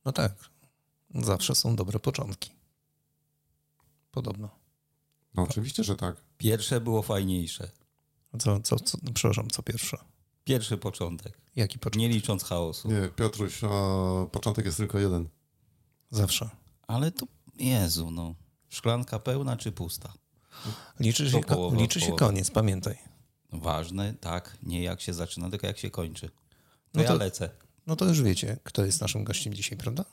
No tak, zawsze są dobre początki. Podobno. No oczywiście, że tak. Pierwsze było fajniejsze. Przepraszam, co pierwsze? Pierwszy początek. Jaki początek? Nie licząc chaosu. Nie, Piotruś, początek jest tylko jeden. Zawsze. Ale to, Jezu, no. Szklanka pełna czy pusta? Liczy się koniec, pamiętaj. Ważne, tak, nie jak się zaczyna, tylko jak się kończy. No ja to- lecę. No to już wiecie, kto jest naszym gościem dzisiaj, prawda?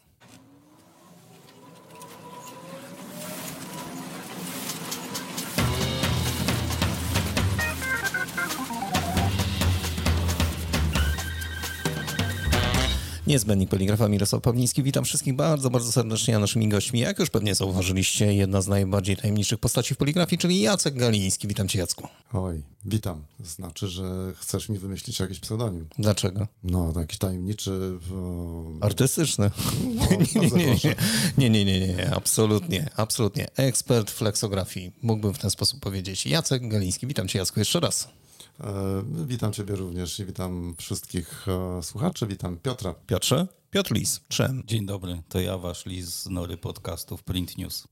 Niezbędnik Poligrafa Mirosław Pawliński. Witam wszystkich bardzo, bardzo serdecznie. A naszymi gośćmi, jak już pewnie zauważyliście, jedna z najbardziej tajemniczych postaci w poligrafii, czyli Jacek Galiński. Witam cię, Jacku. Oj, witam. Znaczy, że chcesz mi wymyślić jakiś pseudonim. Dlaczego? No, jakiś tajemniczy... Artystyczny. No, bardzo proszę. Nie, absolutnie. Ekspert flexografii, mógłbym w ten sposób powiedzieć. Jacek Galiński. Witam cię, Jacku, jeszcze raz. Witam ciebie również i witam wszystkich słuchaczy. Witam Piotra. Piotrze? Piotr Lis. Czem? Dzień dobry, to ja, wasz Lis z Nory Podcastów Print News.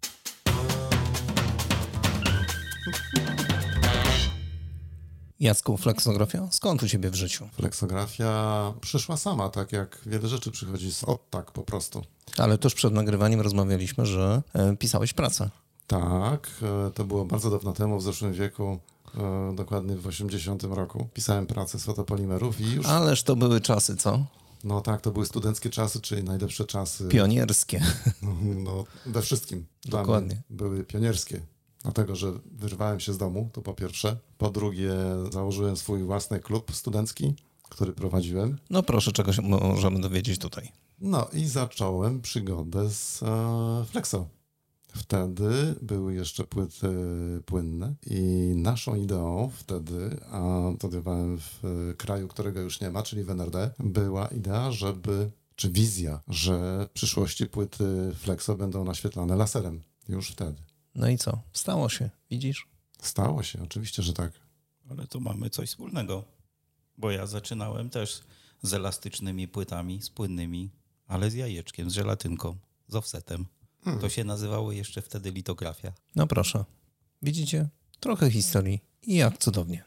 Jacku, flexografia? Skąd u ciebie w życiu? Flexografia przyszła sama, tak jak wiele rzeczy przychodzi od tak po prostu. Ale tuż przed nagrywaniem rozmawialiśmy, że pisałeś pracę. Tak, to było bardzo dawno temu, w zeszłym wieku, dokładnie w 80 roku. Pisałem pracę z fotopolimerów i już... Ależ to były czasy, co? No tak, to były studenckie czasy, czyli najlepsze czasy. Pionierskie. No, we wszystkim. Dla Dokładnie. mnie były pionierskie. Dlatego, że wyrwałem się z domu, to po pierwsze. Po drugie, założyłem swój własny klub studencki, który prowadziłem. No proszę, czego się możemy dowiedzieć tutaj? No i zacząłem przygodę z Flexo. Wtedy były jeszcze płyty płynne i naszą ideą wtedy, a studiowałem w kraju, którego już nie ma, czyli w NRD, była idea, czy wizja, że w przyszłości płyty Flexo będą naświetlane laserem. Już wtedy. No i co? Stało się, widzisz? Stało się, oczywiście, że tak. Ale tu mamy coś wspólnego, bo ja zaczynałem też z elastycznymi płytami, z płynnymi, ale z jajeczkiem, z żelatynką, z offsetem. To się nazywało jeszcze wtedy litografia. No proszę. Widzicie? Trochę historii i jak cudownie.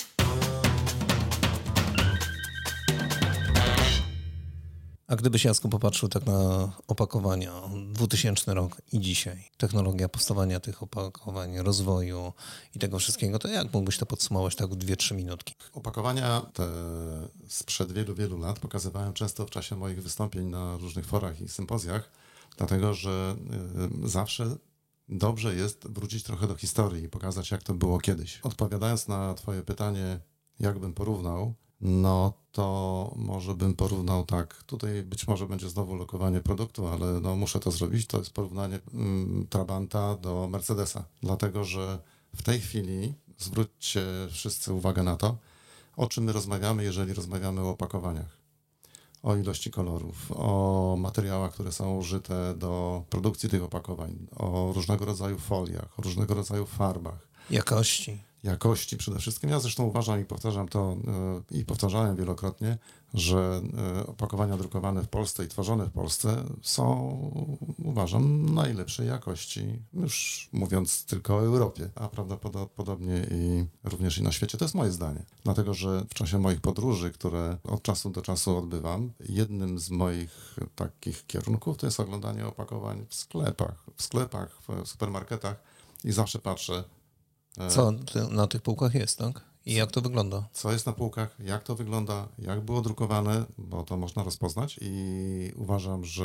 A gdybyś, Jacku, popatrzył tak na opakowania, 2000 rok i dzisiaj, technologia powstawania tych opakowań, rozwoju i tego wszystkiego, to jak mógłbyś to podsumować tak w 2-3 minutki? Opakowania te sprzed wielu, wielu lat pokazywałem często w czasie moich wystąpień na różnych forach i sympozjach, dlatego że zawsze dobrze jest wrócić trochę do historii i pokazać, jak to było kiedyś. Odpowiadając na twoje pytanie, jak bym porównał, no to może bym porównał tak. Tutaj być może będzie znowu lokowanie produktu, ale no muszę to zrobić. To jest porównanie Trabanta do Mercedesa. Dlatego, że w tej chwili zwróćcie wszyscy uwagę na to, o czym my rozmawiamy, jeżeli rozmawiamy o opakowaniach. O ilości kolorów, o materiałach, które są użyte do produkcji tych opakowań, o różnego rodzaju foliach, o różnego rodzaju farbach. Jakości przede wszystkim. Ja zresztą uważam i powtarzam to i powtarzałem wielokrotnie, że opakowania drukowane w Polsce i tworzone w Polsce są, uważam, najlepszej jakości. Już mówiąc tylko o Europie, a prawdopodobnie i również i na świecie. To jest moje zdanie. Dlatego, że w czasie moich podróży, które od czasu do czasu odbywam, jednym z moich takich kierunków to jest oglądanie opakowań w sklepach, w supermarketach i zawsze patrzę, Co na tych półkach jest, tak? I jak to wygląda? co jest na półkach, jak to wygląda, jak było drukowane, bo to można rozpoznać i uważam, że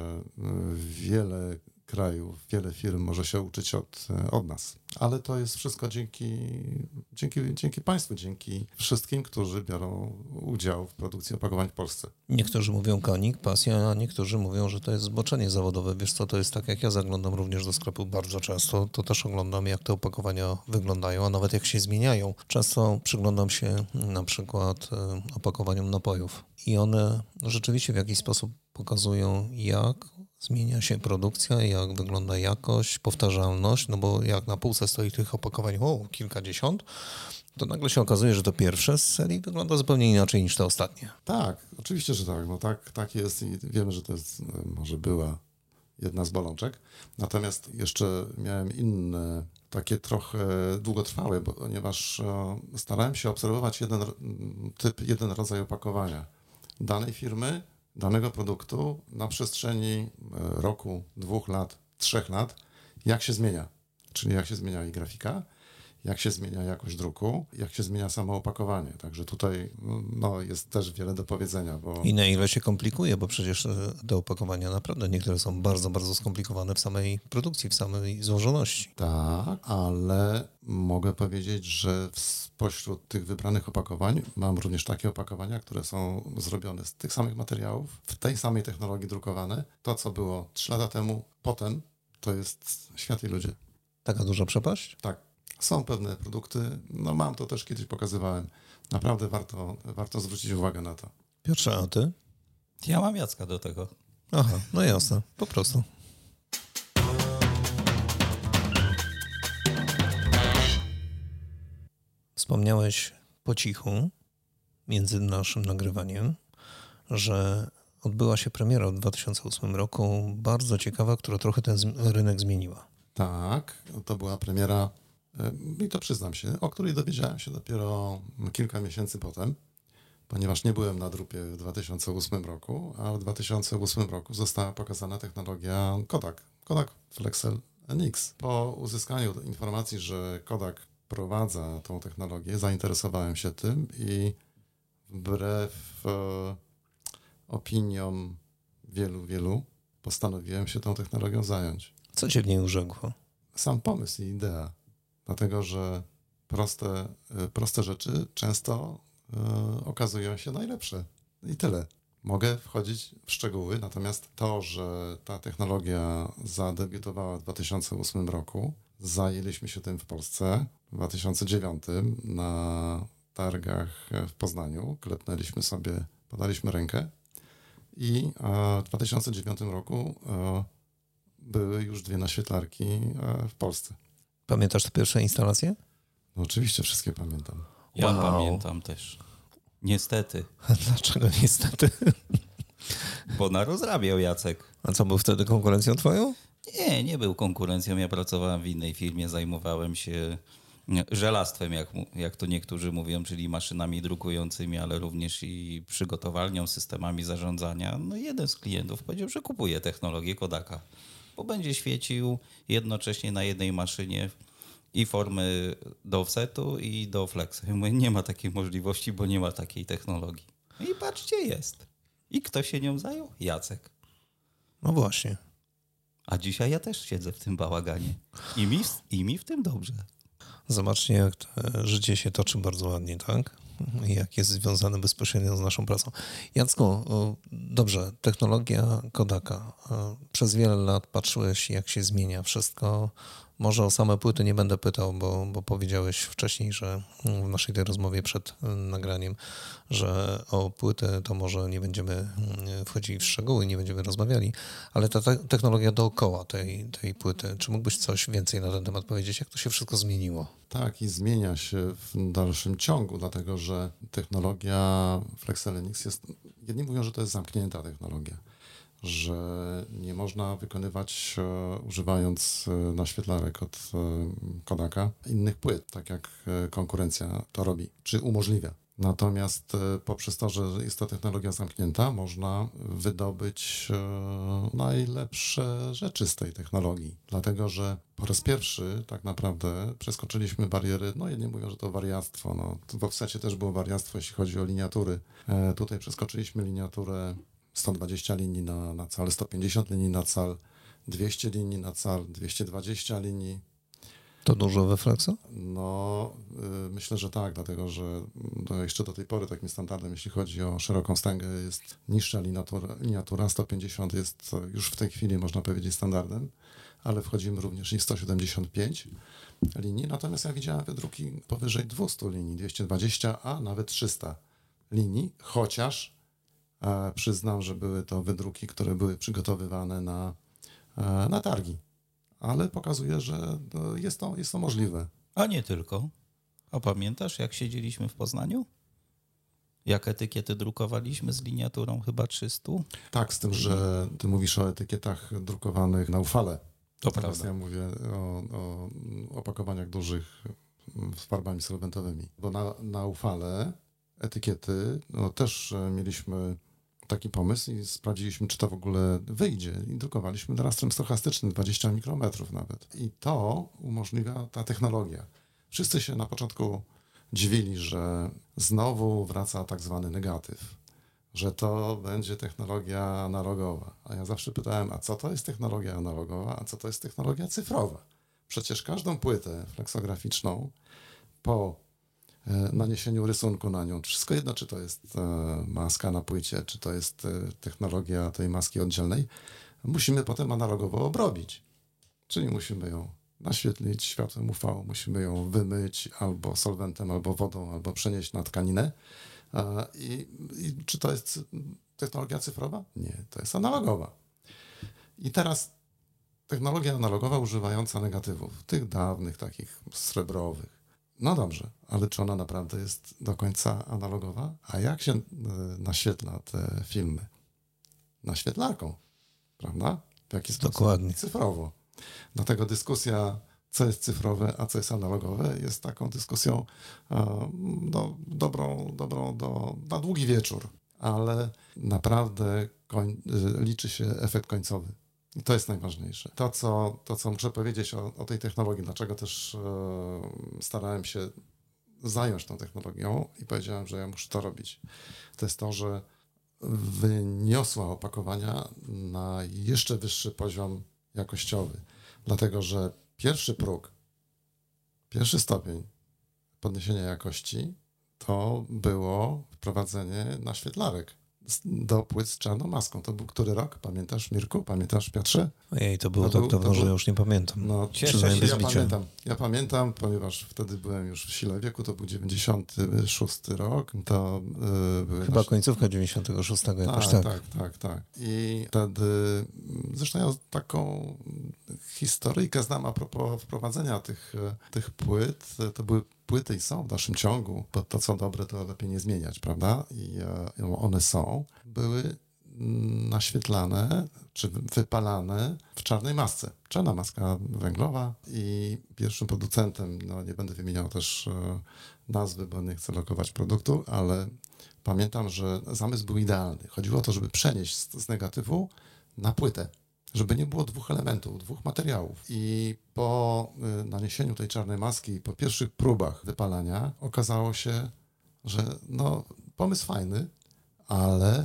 wiele krajów, wiele firm może się uczyć od nas. Ale to jest wszystko dzięki państwu, dzięki wszystkim, którzy biorą udział w produkcji opakowań w Polsce. Niektórzy mówią konik, pasja, a niektórzy mówią, że to jest zboczenie zawodowe. Wiesz co, to jest tak, jak ja zaglądam również do sklepu bardzo często, to też oglądam, jak te opakowania wyglądają, a nawet jak się zmieniają. Często przyglądam się na przykład opakowaniom napojów i one rzeczywiście w jakiś sposób pokazują, jak Zmienia się produkcja, jak wygląda jakość, powtarzalność, no bo jak na półce stoi tych opakowań kilkadziesiąt, to nagle się okazuje, że to pierwsze z serii wygląda zupełnie inaczej niż te ostatnie. Tak, oczywiście, że tak. No tak jest i wiemy, że to jest, może była jedna z bolączek. Natomiast jeszcze miałem inne, takie trochę długotrwałe, ponieważ starałem się obserwować jeden rodzaj opakowania danej firmy, danego produktu na przestrzeni roku, 2 lat, 3 lat, jak się zmienia. Czyli jak się zmienia i grafika, jak się zmienia jakość druku, jak się zmienia samo opakowanie. Także tutaj jest też wiele do powiedzenia. Bo... I na ile się komplikuje, bo przecież te opakowania naprawdę niektóre są bardzo, bardzo skomplikowane w samej produkcji, w samej złożoności. Tak, ale mogę powiedzieć, że spośród tych wybranych opakowań mam również takie opakowania, które są zrobione z tych samych materiałów, w tej samej technologii drukowane. To, co było 3 lata temu, potem, to jest świat i ludzie. Taka duża przepaść? Tak. Są pewne produkty, mam to też kiedyś pokazywałem. Naprawdę warto zwrócić uwagę na to. Piotrze, a ty? Ja mam Jacka do tego. Aha, no jasne, po prostu. Wspomniałeś po cichu, między naszym nagrywaniem, że odbyła się premiera w 2008 roku, bardzo ciekawa, która trochę ten rynek zmieniła. Tak, to była premiera, i to przyznam się, o której dowiedziałem się dopiero kilka miesięcy potem, ponieważ nie byłem na drupie w 2008 roku, a w 2008 roku została pokazana technologia Kodak Flexel NX. Po uzyskaniu informacji, że Kodak wprowadza tą technologię, zainteresowałem się tym i wbrew opiniom wielu postanowiłem się tą technologią zająć. Co cię w niej urzekło? Sam pomysł i idea, dlatego że proste rzeczy często okazują się najlepsze i tyle. Mogę wchodzić w szczegóły, natomiast to, że ta technologia zadebiutowała w 2008 roku, zajęliśmy się tym w Polsce w 2009 na targach w Poznaniu, klepnęliśmy sobie, podaliśmy rękę i w 2009 roku były już 2 naświetlarki w Polsce. Pamiętasz te pierwsze instalacje? No oczywiście wszystkie pamiętam. Ja Wow. pamiętam też. Niestety, Dlaczego niestety? bo narozrabiał Jacek. A co, był wtedy konkurencją twoją? Nie był konkurencją. Ja pracowałem w innej firmie, zajmowałem się żelastwem, jak to niektórzy mówią, czyli maszynami drukującymi, ale również i przygotowalnią, systemami zarządzania. No jeden z klientów powiedział, że kupuje technologię Kodaka, bo będzie świecił jednocześnie na jednej maszynie i formy do offsetu i do flexa. Ja mówię, nie ma takiej możliwości, bo nie ma takiej technologii. I patrzcie, jest. I kto się nią zajął? Jacek. No właśnie. A dzisiaj ja też siedzę w tym bałaganie. I mi w tym dobrze. Zobaczcie, jak to życie się toczy bardzo ładnie, tak? I jak jest związane bezpośrednio z naszą pracą. Jacku, dobrze, technologia Kodaka. Przez wiele lat patrzyłeś, jak się zmienia wszystko. Może o same płyty nie będę pytał, bo powiedziałeś wcześniej, że w naszej tej rozmowie przed nagraniem, że o płytę to może nie będziemy wchodzili w szczegóły, nie będziemy rozmawiali, ale ta technologia dookoła tej płyty, czy mógłbyś coś więcej na ten temat powiedzieć, jak to się wszystko zmieniło? Tak, i zmienia się w dalszym ciągu, dlatego że technologia Flexel NX jest, jedni mówią, że to jest zamknięta technologia, że nie można wykonywać, używając naświetlarek od Kodaka, innych płyt, tak jak konkurencja to robi, czy umożliwia. Natomiast poprzez to, że jest to technologia zamknięta, można wydobyć najlepsze rzeczy z tej technologii. Dlatego, że po raz pierwszy tak naprawdę przeskoczyliśmy bariery, jedni mówią, że to wariactwo, w offsecie też było wariactwo, jeśli chodzi o liniatury. Tutaj przeskoczyliśmy liniaturę 120 linii na cal, 150 linii na cal, 200 linii na cal, 220 linii. To dużo we Flexu? Myślę, że tak, dlatego że jeszcze do tej pory takim standardem, jeśli chodzi o szeroką wstęgę, jest niższa liniatura 150 jest już w tej chwili, można powiedzieć, standardem, ale wchodzimy również i 175 linii, natomiast ja widziałem wydruki powyżej 200 linii, 220, a nawet 300 linii, chociaż Przyznam, że były to wydruki, które były przygotowywane na targi, ale pokazuje, że jest to możliwe. A nie tylko. A pamiętasz, jak siedzieliśmy w Poznaniu? Jak etykiety drukowaliśmy z liniaturą chyba 300? Tak, z tym, że ty mówisz o etykietach drukowanych na ufale. To Teraz prawda. ja mówię o opakowaniach dużych z farbami solwentowymi. Bo na ufale etykiety też mieliśmy taki pomysł i sprawdziliśmy, czy to w ogóle wyjdzie. I drukowaliśmy rastrem stochastycznym, 20 mikrometrów nawet. I to umożliwia ta technologia. Wszyscy się na początku dziwili, że znowu wraca tak zwany negatyw, że to będzie technologia analogowa. A ja zawsze pytałem, a co to jest technologia analogowa, a co to jest technologia cyfrowa? Przecież każdą płytę fleksograficzną po naniesieniu rysunku na nią, wszystko jedno, czy to jest maska na płycie, czy to jest technologia tej maski oddzielnej, musimy potem analogowo obrobić. Czyli musimy ją naświetlić światłem UV, musimy ją wymyć albo solwentem, albo wodą, albo przenieść na tkaninę. I czy to jest technologia cyfrowa? Nie, to jest analogowa. I teraz technologia analogowa używająca negatywów, tych dawnych, takich srebrowych. No dobrze, ale czy ona naprawdę jest do końca analogowa? A jak się naświetla te filmy? Naświetlarką, prawda? W jaki sposób? Dokładnie. Cyfrowo. Dlatego dyskusja, co jest cyfrowe, a co jest analogowe, jest taką dyskusją dobrą na długi wieczór, ale naprawdę liczy się efekt końcowy. I to jest najważniejsze. To, co muszę powiedzieć o tej technologii, dlaczego też starałem się zająć tą technologią i powiedziałem, że ja muszę to robić, to jest to, że wyniosła opakowania na jeszcze wyższy poziom jakościowy. Dlatego, że pierwszy próg, pierwszy stopień podniesienia jakości to było wprowadzenie naświetlarek do płyt z czarną maską. To był który rok? Pamiętasz, Mirku? Pamiętasz, Piotrze? Ojej, to było tak dawno, że ja już nie pamiętam. No, Cieszę się, ja pamiętam, ponieważ wtedy byłem już w sile wieku, to był 96 rok. To Chyba końcówka 96 jakoś tak. Tak. I wtedy, zresztą ja taką historyjkę znam a propos wprowadzenia tych płyt. To były płyty i są w dalszym ciągu, bo to co dobre, to lepiej nie zmieniać, prawda? I one były naświetlane czy wypalane w czarnej masce. Czarna maska węglowa i pierwszym producentem, nie będę wymieniał też nazwy, bo nie chcę lokować produktu, ale pamiętam, że zamysł był idealny. Chodziło o to, żeby przenieść z negatywu na płytę, żeby nie było dwóch elementów, dwóch materiałów. I po naniesieniu tej czarnej maski, po pierwszych próbach wypalania, okazało się, że pomysł fajny, ale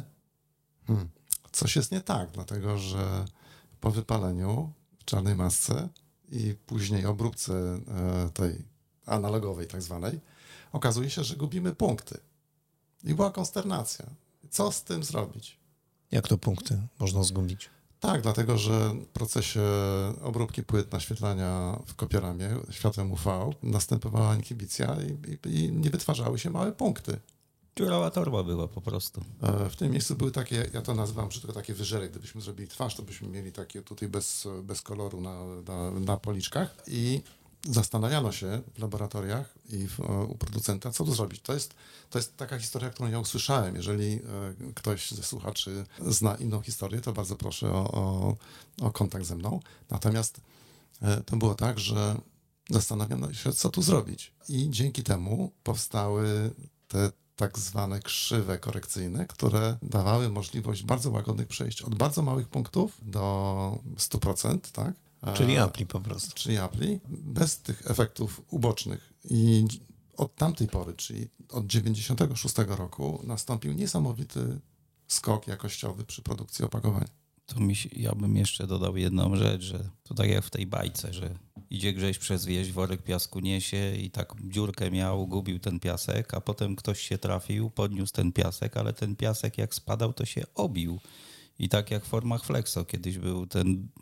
coś jest nie tak, dlatego że po wypaleniu w czarnej masce i później obróbce tej analogowej tak zwanej, okazuje się, że gubimy punkty. I była konsternacja. Co z tym zrobić? Jak to punkty można zgubić? Tak, dlatego że w procesie obróbki płyt naświetlania w kopioramie światłem UV następowała inhibicja i nie wytwarzały się małe punkty. Dziurawa torba była po prostu. W tym miejscu były takie, ja to nazywam brzydko, takie wyżery. Gdybyśmy zrobili twarz, to byśmy mieli takie tutaj bez koloru na policzkach i zastanawiano się w laboratoriach i u producenta, co tu zrobić. To jest taka historia, którą ja usłyszałem. Jeżeli ktoś ze słuchaczy zna inną historię, to bardzo proszę o kontakt ze mną. Natomiast to było tak, że zastanawiano się, co tu zrobić. I dzięki temu powstały te tak zwane krzywe korekcyjne, które dawały możliwość bardzo łagodnych przejść od bardzo małych punktów do 100%, tak? Czyli apli po prostu. Czyli apli, bez tych efektów ubocznych. I od tamtej pory, czyli od 96 roku nastąpił niesamowity skok jakościowy przy produkcji opakowań. Ja bym jeszcze dodał jedną rzecz, że to tak jak w tej bajce, że idzie Grześ przez wieś, worek piasku niesie i tak dziurkę miał, gubił ten piasek, a potem ktoś się trafił, podniósł ten piasek, ale ten piasek jak spadał, to się obił. I tak jak w formach Flexo kiedyś był ten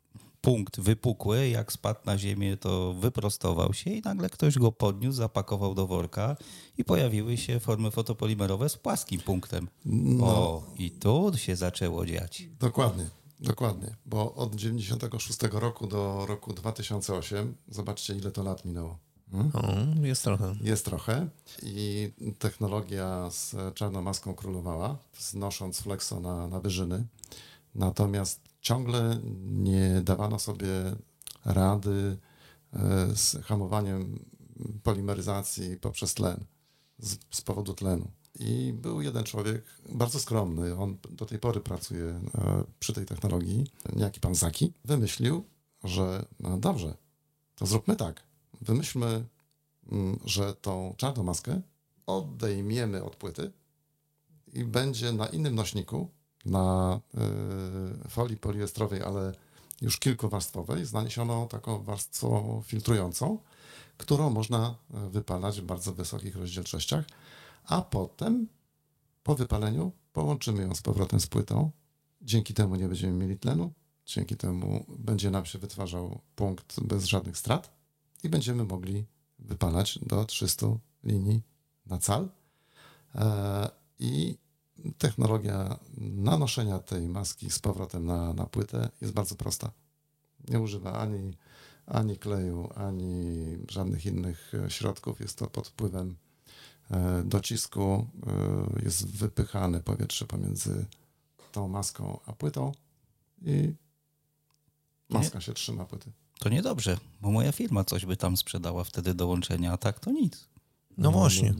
punkt wypukły, jak spadł na ziemię, to wyprostował się i nagle ktoś go podniósł, zapakował do worka i pojawiły się formy fotopolimerowe z płaskim punktem. O, i tu się zaczęło dziać. Dokładnie, bo od 96 roku do roku 2008, zobaczcie ile to lat minęło. Jest trochę. Jest trochę i technologia z czarną maską królowała, znosząc Flexo na wyżyny. Natomiast ciągle nie dawano sobie rady z hamowaniem polimeryzacji poprzez tlen, z powodu tlenu. I był jeden człowiek, bardzo skromny, on do tej pory pracuje przy tej technologii, niejaki pan Zaki, wymyślił, że no dobrze, to zróbmy tak. Wymyślmy, że tą czarną maskę odejmiemy od płyty i będzie na innym nośniku, na folii poliestrowej, ale już kilkuwarstwowej, z naniesioną taką warstwą filtrującą, którą można wypalać w bardzo wysokich rozdzielczościach, a potem po wypaleniu połączymy ją z powrotem z płytą. Dzięki temu nie będziemy mieli tlenu, dzięki temu będzie nam się wytwarzał punkt bez żadnych strat i będziemy mogli wypalać do 300 linii na cal. I technologia nanoszenia tej maski z powrotem na płytę jest bardzo prosta. Nie używa ani kleju, ani żadnych innych środków. Jest to pod wpływem docisku. Jest wypychane powietrze pomiędzy tą maską a płytą i maska się trzyma płyty. To niedobrze, bo moja firma coś by tam sprzedała wtedy do łączenia, a tak to nic. No właśnie.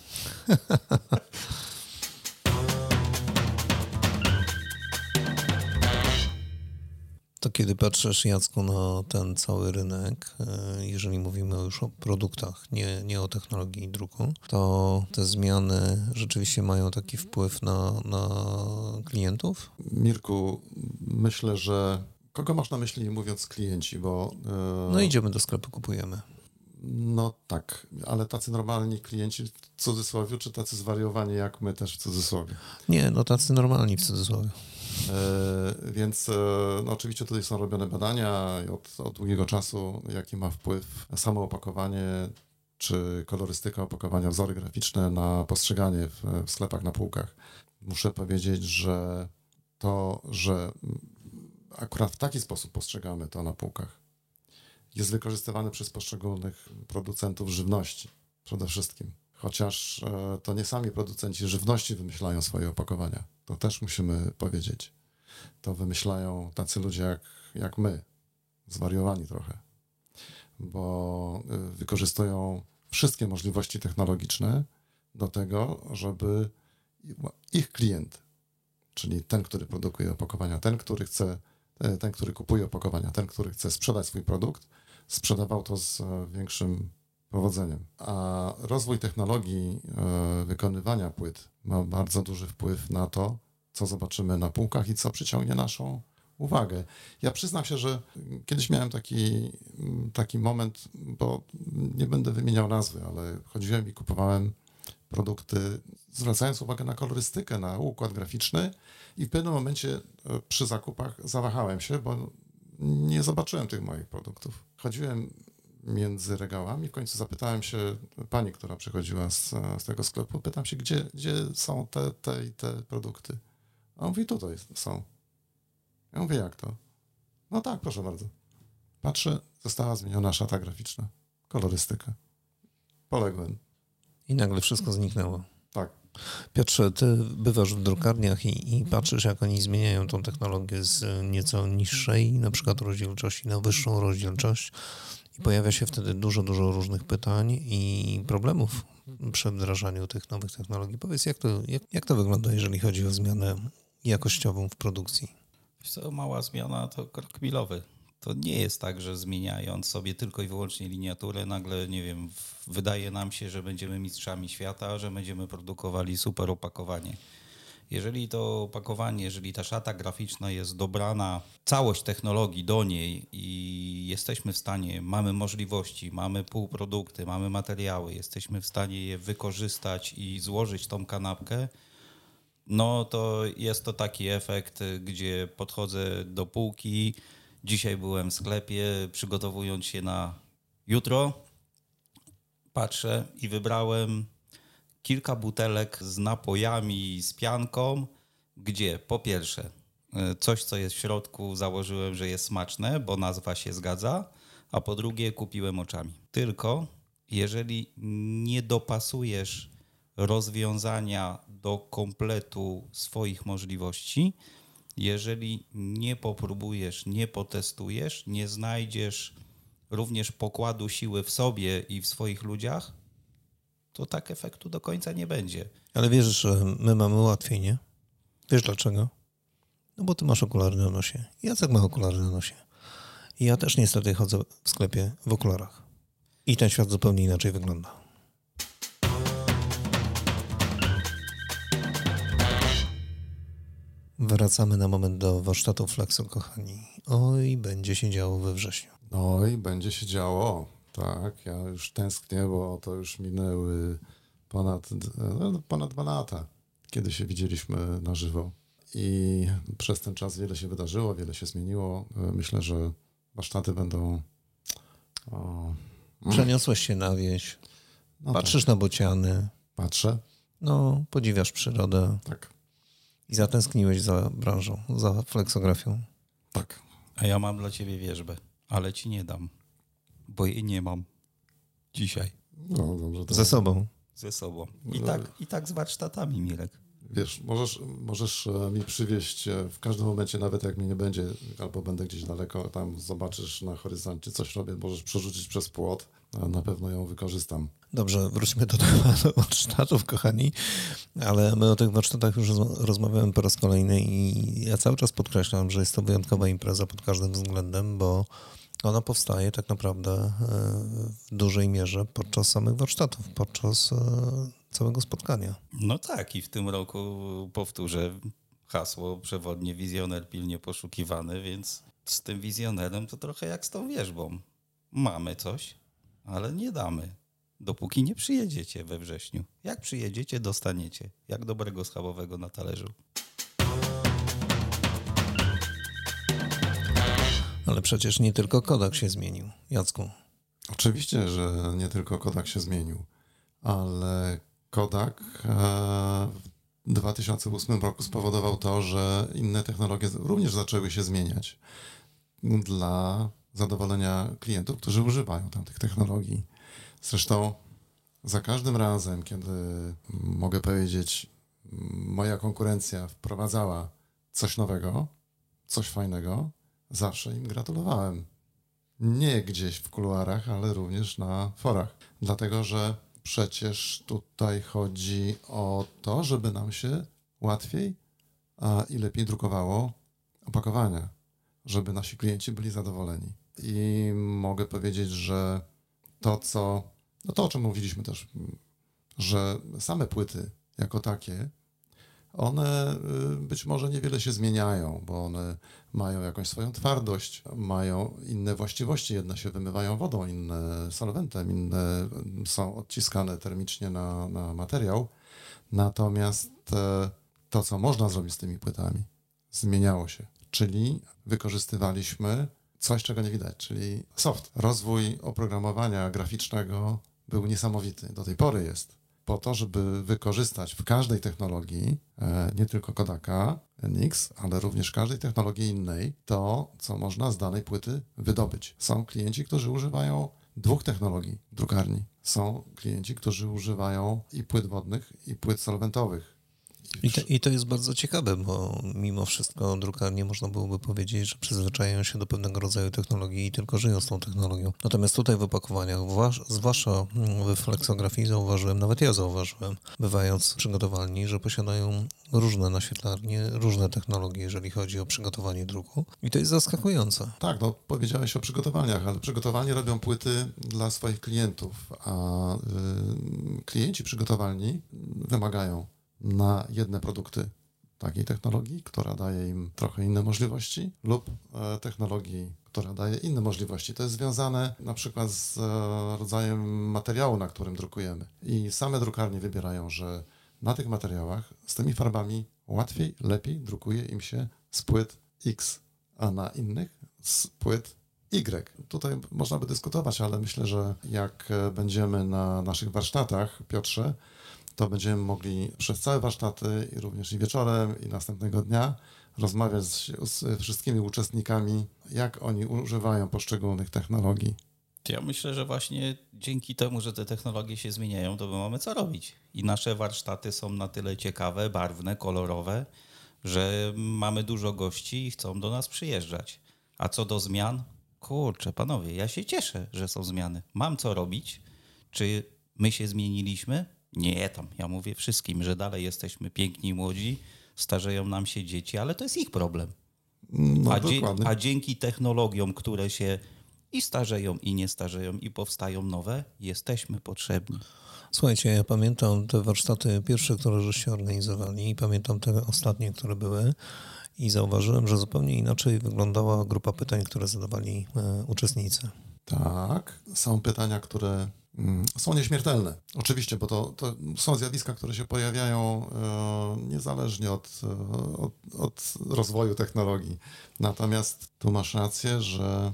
To kiedy patrzysz, Jacku, na ten cały rynek, jeżeli mówimy już o produktach, nie o technologii druku, to te zmiany rzeczywiście mają taki wpływ na klientów? Mirku, myślę, że kogo masz na myśli mówiąc klienci, bo... No idziemy do sklepu, kupujemy. No tak, ale tacy normalni klienci w cudzysłowie, czy tacy zwariowani jak my też w cudzysłowie? Nie, no tacy normalni w cudzysłowie. Więc no oczywiście tutaj są robione badania od długiego czasu, jaki ma wpływ samo opakowanie czy kolorystyka opakowania, wzory graficzne na postrzeganie w sklepach, na półkach. Muszę powiedzieć, że to, że akurat w taki sposób postrzegamy to na półkach, jest wykorzystywane przez poszczególnych producentów żywności przede wszystkim. Chociaż to nie sami producenci żywności wymyślają swoje opakowania. To też musimy powiedzieć. To wymyślają tacy ludzie jak my, zwariowani trochę, bo wykorzystują wszystkie możliwości technologiczne do tego, żeby ich klient, czyli ten, który produkuje opakowania, ten, który kupuje opakowania, ten, który chce sprzedać swój produkt, sprzedawał to z większym powodzeniem. A rozwój technologii wykonywania płyt ma bardzo duży wpływ na to, co zobaczymy na półkach i co przyciągnie naszą uwagę. Ja przyznam się, że kiedyś miałem taki moment, bo nie będę wymieniał nazwy, ale chodziłem i kupowałem produkty, zwracając uwagę na kolorystykę, na układ graficzny i w pewnym momencie przy zakupach zawahałem się, bo nie zobaczyłem tych moich produktów. Chodziłem między regałami, w końcu zapytałem się pani, która przychodziła z tego sklepu, pytam się, gdzie są te produkty. A on mówi, tutaj są. Ja mówię, jak to? No tak, proszę bardzo. Patrzę, została zmieniona szata graficzna, kolorystyka. Poległem. I nagle wszystko zniknęło. Tak. Piotrze, ty bywasz w drukarniach i patrzysz, jak oni zmieniają tą technologię z nieco niższej, na przykład rozdzielczości, na wyższą rozdzielczość i pojawia się wtedy dużo różnych pytań i problemów przy wdrażaniu tych nowych technologii. Powiedz, jak to wygląda, jeżeli chodzi o zmianę jakościową w produkcji? Wiesz co, mała zmiana to krok milowy. To nie jest tak, że zmieniając sobie tylko i wyłącznie liniaturę, nagle, nie wiem, wydaje nam się, że będziemy mistrzami świata, że będziemy produkowali super opakowanie. Jeżeli to opakowanie, jeżeli ta szata graficzna jest dobrana, całość technologii do niej i jesteśmy w stanie, mamy możliwości, mamy półprodukty, mamy materiały, jesteśmy w stanie je wykorzystać i złożyć tą kanapkę, no to jest to taki efekt, gdzie podchodzę do półki, Dzisiaj byłem w sklepie, przygotowując się na jutro. Patrzę i wybrałem kilka butelek z napojami, z pianką, gdzie po pierwsze coś, co jest w środku, założyłem, że jest smaczne, bo nazwa się zgadza, a po drugie kupiłem oczami. Tylko jeżeli nie dopasujesz rozwiązania do kompletu swoich możliwości, jeżeli nie popróbujesz, nie potestujesz, nie znajdziesz również pokładu siły w sobie i w swoich ludziach, to tak efektu do końca nie będzie. Ale wiesz, że my mamy łatwiej, nie? Wiesz dlaczego? No bo ty masz okulary na nosie. Jacek ma okulary na nosie. I ja też niestety chodzę w sklepie w okularach. I ten świat zupełnie inaczej wygląda. Wracamy na moment do warsztatu Flexo, kochani. Oj, będzie się działo we wrześniu. No i będzie się działo. Tak, ja już tęsknię, bo to już minęły ponad 2 lata, kiedy się widzieliśmy na żywo. I przez ten czas wiele się wydarzyło, wiele się zmieniło. Myślę, że warsztaty będą... Przeniosłeś się na wieś, No patrzysz na bociany, Patrzę. no, podziwiasz przyrodę Tak, i zatęskniłeś za branżą, za fleksografią. tak. A ja mam dla ciebie wierzbę, ale ci nie dam, bo jej nie mam dzisiaj No dobrze. Ze sobą. ze sobą. No. I tak z warsztatami, Mirek. Wiesz, możesz mi przywieźć w każdym momencie, nawet jak mnie nie będzie, albo będę gdzieś daleko, tam zobaczysz na horyzoncie, coś robię, możesz przerzucić przez płot, a na pewno ją wykorzystam. Dobrze, wróćmy do tematu warsztatów, kochani, ale my o tych warsztatach już rozmawiamy po raz kolejny i ja cały czas podkreślam, że jest to wyjątkowa impreza pod każdym względem, bo ona powstaje tak naprawdę w dużej mierze podczas samych warsztatów, podczas całego spotkania. No tak, i w tym roku powtórzę hasło przewodnie wizjoner pilnie poszukiwany, więc z tym wizjonerem to trochę jak z tą wierzbą. Mamy coś, ale nie damy, dopóki nie przyjedziecie we wrześniu. Jak przyjedziecie, dostaniecie. Jak dobrego schabowego na talerzu. Ale przecież nie tylko Kodak się zmienił, Jacku. Oczywiście, że nie tylko Kodak się zmienił, ale Kodak w 2008 roku spowodował to, że inne technologie również zaczęły się zmieniać dla zadowolenia klientów, którzy używają tamtych technologii. Zresztą za każdym razem, kiedy, mogę powiedzieć, moja konkurencja wprowadzała coś nowego, coś fajnego, zawsze im gratulowałem. Nie gdzieś w kuluarach, ale również na forach. Dlatego, że przecież tutaj chodzi o to, żeby nam się łatwiej i lepiej drukowało opakowania, żeby nasi klienci byli zadowoleni. I mogę powiedzieć, że to, o czym mówiliśmy też, że same płyty jako takie, one być może niewiele się zmieniają, bo one mają jakąś swoją twardość, mają inne właściwości. Jedne się wymywają wodą, inne solwentem, inne są odciskane termicznie na materiał. Natomiast to, co można zrobić z tymi płytami, zmieniało się. Czyli wykorzystywaliśmy coś, czego nie widać, czyli soft. Rozwój oprogramowania graficznego był niesamowity. Do tej pory jest. Po to, żeby wykorzystać w każdej technologii, nie tylko Kodaka, NX, ale również każdej technologii innej, to, co można z danej płyty wydobyć. Są klienci, którzy używają 2 technologii drukarni. Są klienci, którzy używają i płyt wodnych, i płyt solwentowych. I to jest bardzo ciekawe, bo mimo wszystko drukarnie można byłoby powiedzieć, że przyzwyczajają się do pewnego rodzaju technologii i tylko żyją z tą technologią. Natomiast tutaj w opakowaniach, zwłaszcza w flexografii zauważyłem, nawet ja zauważyłem, bywając w przygotowalni, że posiadają różne naświetlarnie, różne technologie, jeżeli chodzi o przygotowanie druku. I to jest zaskakujące. Tak, no powiedziałeś o przygotowaniach, ale przygotowalnie robią płyty dla swoich klientów, a klienci przygotowalni wymagają na jedne produkty takiej technologii, która daje im trochę inne możliwości, lub technologii, która daje inne możliwości. To jest związane na przykład z rodzajem materiału, na którym drukujemy. I same drukarnie wybierają, że na tych materiałach z tymi farbami łatwiej, lepiej drukuje im się z płyt X, a na innych z płyt Y. Tutaj można by dyskutować, ale myślę, że jak będziemy na naszych warsztatach, Piotrze, to będziemy mogli przez całe warsztaty i również i wieczorem, i następnego dnia rozmawiać z wszystkimi uczestnikami, jak oni używają poszczególnych technologii. Ja myślę, że właśnie dzięki temu, że te technologie się zmieniają, to my mamy co robić. I nasze warsztaty są na tyle ciekawe, barwne, kolorowe, że mamy dużo gości i chcą do nas przyjeżdżać. A co do zmian? Kurczę, panowie, ja się cieszę, że są zmiany. Mam co robić. Czy my się zmieniliśmy? Nie, tam ja mówię wszystkim, że dalej jesteśmy piękni i młodzi, starzeją nam się dzieci, ale to jest ich problem. No, A dzięki technologiom, które się i starzeją, i nie starzeją, i powstają nowe, jesteśmy potrzebni. Słuchajcie, ja pamiętam te warsztaty pierwsze, które żeście organizowali i pamiętam te ostatnie, które były i zauważyłem, że zupełnie inaczej wyglądała grupa pytań, które zadawali uczestnicy. Tak, są pytania, które są nieśmiertelne. Oczywiście, bo to są zjawiska, które się pojawiają niezależnie od rozwoju technologii. Natomiast tu masz rację, że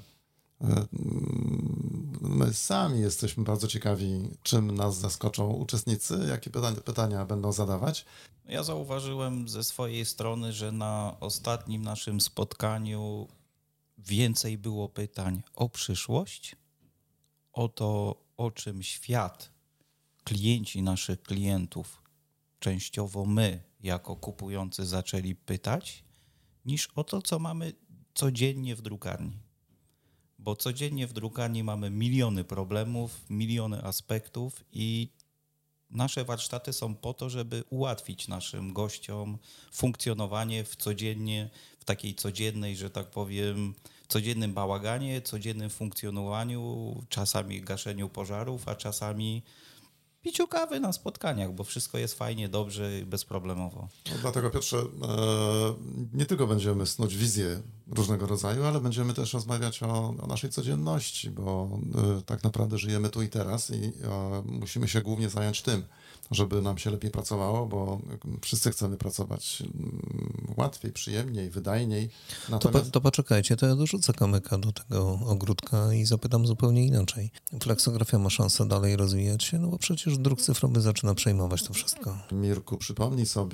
my sami jesteśmy bardzo ciekawi, czym nas zaskoczą uczestnicy, jakie pytania będą zadawać. Ja zauważyłem ze swojej strony, że na ostatnim naszym spotkaniu więcej było pytań o przyszłość, o to, o czym świat, klienci naszych klientów, częściowo my jako kupujący zaczęli pytać, niż o to, co mamy codziennie w drukarni. Bo codziennie w drukarni mamy miliony problemów, miliony aspektów i nasze warsztaty są po to, żeby ułatwić naszym gościom funkcjonowanie w takiej codziennej, że tak powiem, codziennym bałaganie, codziennym funkcjonowaniu, czasami gaszeniu pożarów, a czasami piciu kawy na spotkaniach, bo wszystko jest fajnie, dobrze i bezproblemowo. No, dlatego, Piotrze, nie tylko będziemy snuć wizje różnego rodzaju, ale będziemy też rozmawiać o naszej codzienności, bo tak naprawdę żyjemy tu i teraz i musimy się głównie zająć tym, żeby nam się lepiej pracowało, bo wszyscy chcemy pracować łatwiej, przyjemniej, wydajniej. Natomiast... To poczekajcie, to ja dorzucę kamyka do tego ogródka i zapytam zupełnie inaczej. Flexografia ma szansę dalej rozwijać się, no bo przecież druk cyfrowy zaczyna przejmować to wszystko. Mirku, przypomnij sobie,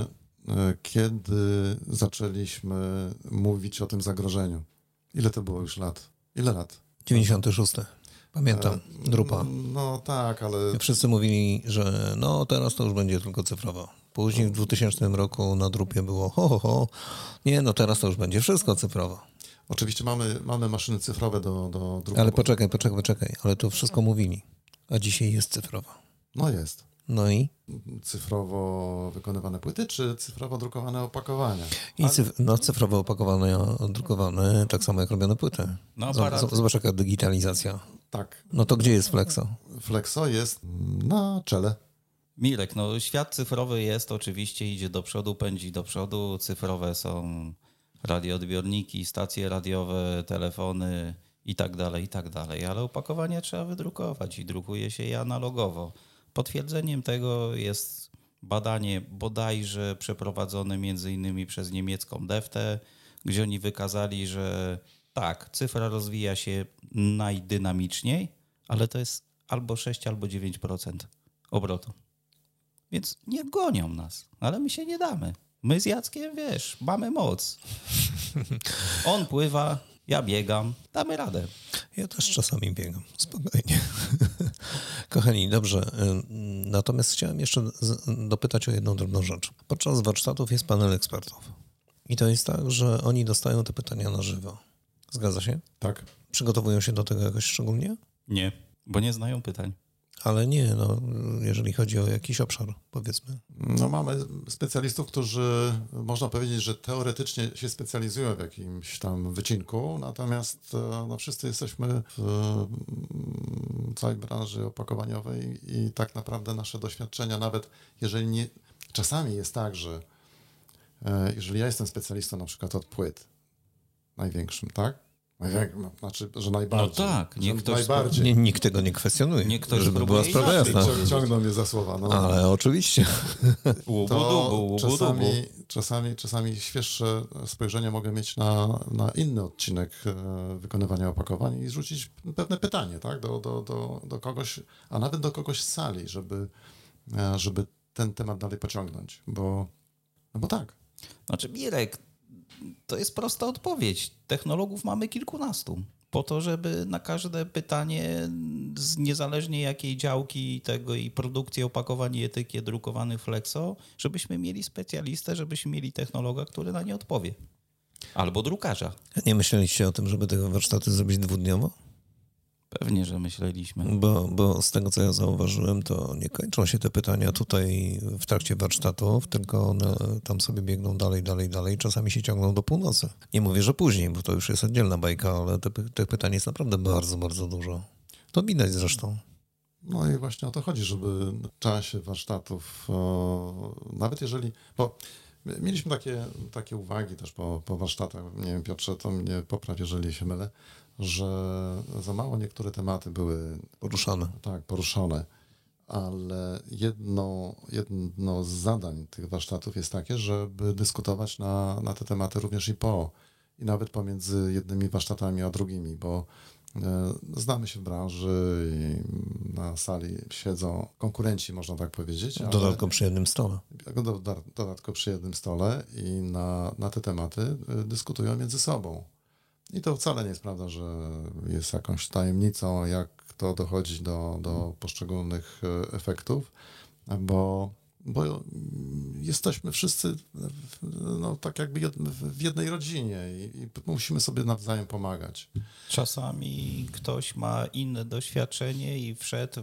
kiedy zaczęliśmy mówić o tym zagrożeniu. Ile to było już lat? Ile lat? 96. Pamiętam, drupa. No tak, ale... Wszyscy mówili, że no teraz to już będzie tylko cyfrowo. Później w 2000 roku na drupie było nie, no teraz to już będzie wszystko cyfrowo. Oczywiście mamy maszyny cyfrowe do druku. Ale poczekaj, ale to wszystko mówili. A dzisiaj jest cyfrowo. No jest. No i? Cyfrowo wykonywane płyty, czy cyfrowo drukowane opakowania? Cyfrowo opakowane, drukowane, tak samo jak robione płyty. No, Zobacz jaka digitalizacja. Tak. No to gdzie jest Flexo? Flexo jest na czele. Mirek, no świat cyfrowy jest, oczywiście idzie do przodu, pędzi do przodu. Cyfrowe są radioodbiorniki, stacje radiowe, telefony i tak dalej, ale opakowania trzeba wydrukować i drukuje się je analogowo. Potwierdzeniem tego jest badanie bodajże przeprowadzone między innymi przez niemiecką Deftę, gdzie oni wykazali, że tak, cyfra rozwija się najdynamiczniej, ale to jest albo 6, albo 9% obrotu. Więc nie gonią nas, ale my się nie damy. My z Jackiem, wiesz, mamy moc. On pływa, ja biegam, damy radę. Ja też czasami biegam, spokojnie. Kochani, dobrze. Natomiast chciałem jeszcze dopytać o jedną drobną rzecz. Podczas warsztatów jest panel ekspertów. I to jest tak, że oni dostają te pytania na żywo. Zgadza się? Tak. Przygotowują się do tego jakoś szczególnie? Nie, bo nie znają pytań. Ale nie, no, jeżeli chodzi o jakiś obszar, powiedzmy. No mamy specjalistów, którzy można powiedzieć, że teoretycznie się specjalizują w jakimś tam wycinku, natomiast no, wszyscy jesteśmy w całej branży opakowaniowej i tak naprawdę nasze doświadczenia, nawet jeżeli nie... Czasami jest tak, że jeżeli ja jestem specjalistą na przykład od płyt największym, tak? Znaczy, że najbardziej. No tak, że niech ktoś najbardziej. Nikt tego nie kwestionuje, Niech ktoś żeby była spróbuje sprawa inaczej. jasna. Ciągną mnie za słowa. No. Ale oczywiście. Łubu-dubu. Czasami świeższe spojrzenie mogę mieć na inny odcinek wykonywania opakowań i zwrócić pewne pytanie, tak? Do kogoś, a nawet do kogoś z sali, żeby ten temat dalej pociągnąć, bo tak. Znaczy, Mirek, to jest prosta odpowiedź. Technologów mamy kilkunastu. Po to, żeby na każde pytanie, niezależnie jakiej działki tego i produkcji opakowań i etykiet drukowanych Flexo, żebyśmy mieli specjalistę, żebyśmy mieli technologa, który na nie odpowie. Albo drukarza. A nie myśleliście o tym, żeby te warsztaty zrobić dwudniowo? Pewnie, że myśleliśmy. Bo z tego, co ja zauważyłem, to nie kończą się te pytania tutaj w trakcie warsztatów, tylko one tam sobie biegną dalej. Czasami się ciągną do północy. Nie mówię, że później, bo to już jest oddzielna bajka, ale tych pytań jest naprawdę bardzo, bardzo dużo. To widać zresztą. No i właśnie o to chodzi, żeby w czasie warsztatów, nawet jeżeli... Bo mieliśmy takie uwagi też po warsztatach, nie wiem, Piotrze, to mnie popraw, jeżeli się mylę, że za mało niektóre tematy były poruszone, ale jedno z zadań tych warsztatów jest takie, żeby dyskutować na te tematy również i nawet pomiędzy jednymi warsztatami a drugimi, bo znamy się w branży i na sali siedzą konkurenci, można tak powiedzieć. Dodatkowo przy jednym stole. Dodatkowo przy jednym stole i na te tematy dyskutują między sobą. I to wcale nie jest prawda, że jest jakąś tajemnicą, jak to dochodzi do poszczególnych efektów, bo jesteśmy wszyscy tak jakby w jednej rodzinie i musimy sobie nawzajem pomagać. Czasami ktoś ma inne doświadczenie i wszedł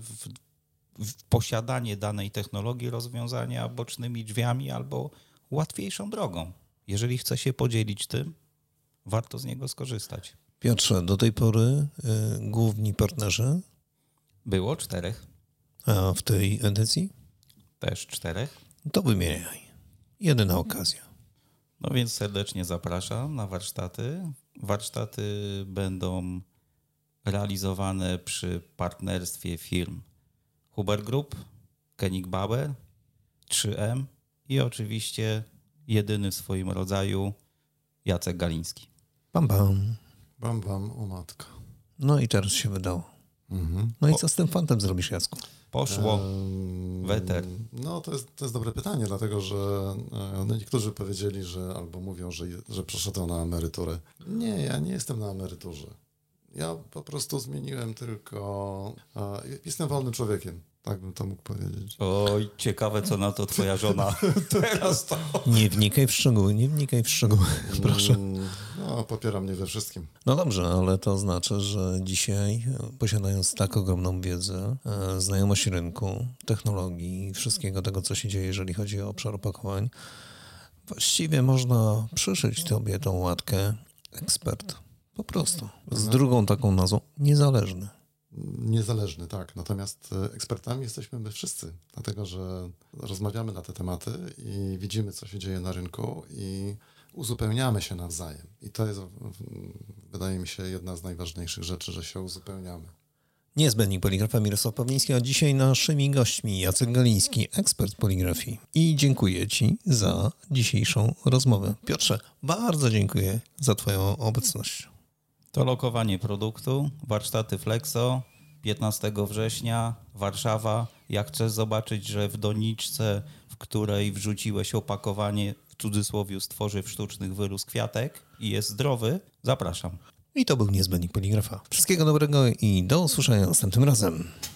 w posiadanie danej technologii rozwiązania bocznymi drzwiami albo łatwiejszą drogą. Jeżeli chce się podzielić tym, warto z niego skorzystać. Piotrze, do tej pory główni partnerzy? Było 4. A w tej edycji? Też 4. To wymieniaj. Jedyna okazja. No więc serdecznie zapraszam na warsztaty. Warsztaty będą realizowane przy partnerstwie firm Huber Group, Koenig Bauer, 3M i oczywiście jedyny w swoim rodzaju Jacek Galiński. Bam, bam. Bam, bam, o matka. No i teraz się wydało. Mhm. No i co z tym fantem zrobisz, Jacku? Poszło. Weter. No to jest dobre pytanie, dlatego że niektórzy powiedzieli, albo mówią, że przeszedłem na emeryturę. Nie, ja nie jestem na emeryturze. Ja po prostu zmieniłem tylko... jestem wolnym człowiekiem, tak bym to mógł powiedzieć. Oj, ciekawe, co na to twoja żona teraz to... Nie wnikaj w szczegóły, proszę. No, popiera mnie we wszystkim. No dobrze, ale to oznacza, że dzisiaj, posiadając tak ogromną wiedzę, znajomość rynku, technologii, wszystkiego tego, co się dzieje, jeżeli chodzi o obszar opakowań, właściwie można przyszyć tobie tą łatkę ekspert. Po prostu. Z drugą taką nazwą, niezależny. Niezależny, tak. Natomiast ekspertami jesteśmy my wszyscy, dlatego że rozmawiamy na te tematy i widzimy, co się dzieje na rynku i uzupełniamy się nawzajem. I to jest, wydaje mi się, jedna z najważniejszych rzeczy, że się uzupełniamy. Niezbędnik poligrafa Mirosław Pawliński, a dzisiaj naszymi gośćmi Jacek Galiński, ekspert poligrafii. I dziękuję Ci za dzisiejszą rozmowę. Piotrze, bardzo dziękuję za Twoją obecność. To lokowanie produktu, warsztaty Flexo, 15 września, Warszawa. Jak chcesz zobaczyć, że w doniczce, w której wrzuciłeś opakowanie, w cudzysłowie stworzyw sztucznych wyrósł kwiatek i jest zdrowy, zapraszam. I to był Niezbędnik poligrafa. Wszystkiego dobrego i do usłyszenia następnym razem.